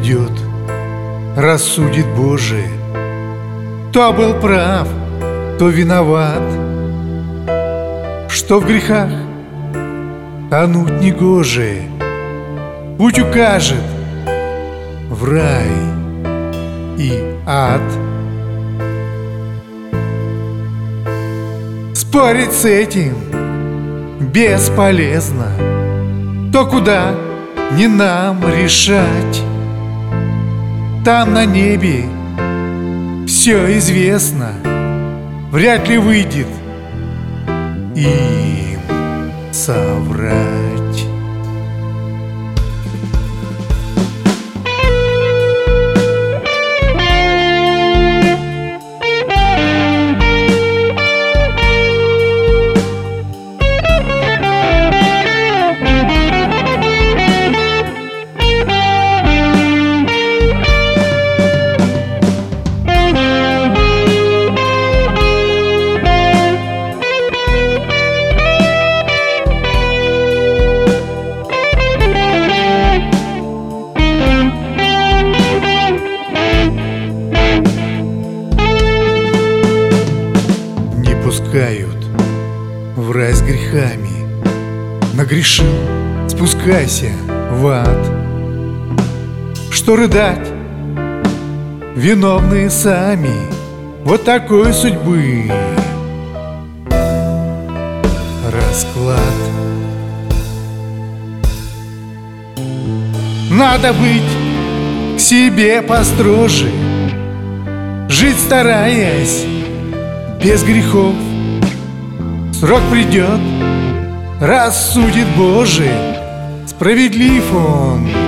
придет, рассудит Божие. Кто был прав, кто виноват, что в грехах тонуть негоже. Путь укажет в рай и ад. Спорить с этим бесполезно. То куда не нам решать. Там на небе все известно. Вряд ли выйдет им соврать. Пускают в рай с грехами. Нагрешил, спускайся в ад. Что рыдать? Виновные сами. Вот такой судьбы расклад. Надо быть к себе построже, жить стараясь без грехов. Срок придет, рассудит Божий, справедлив Он.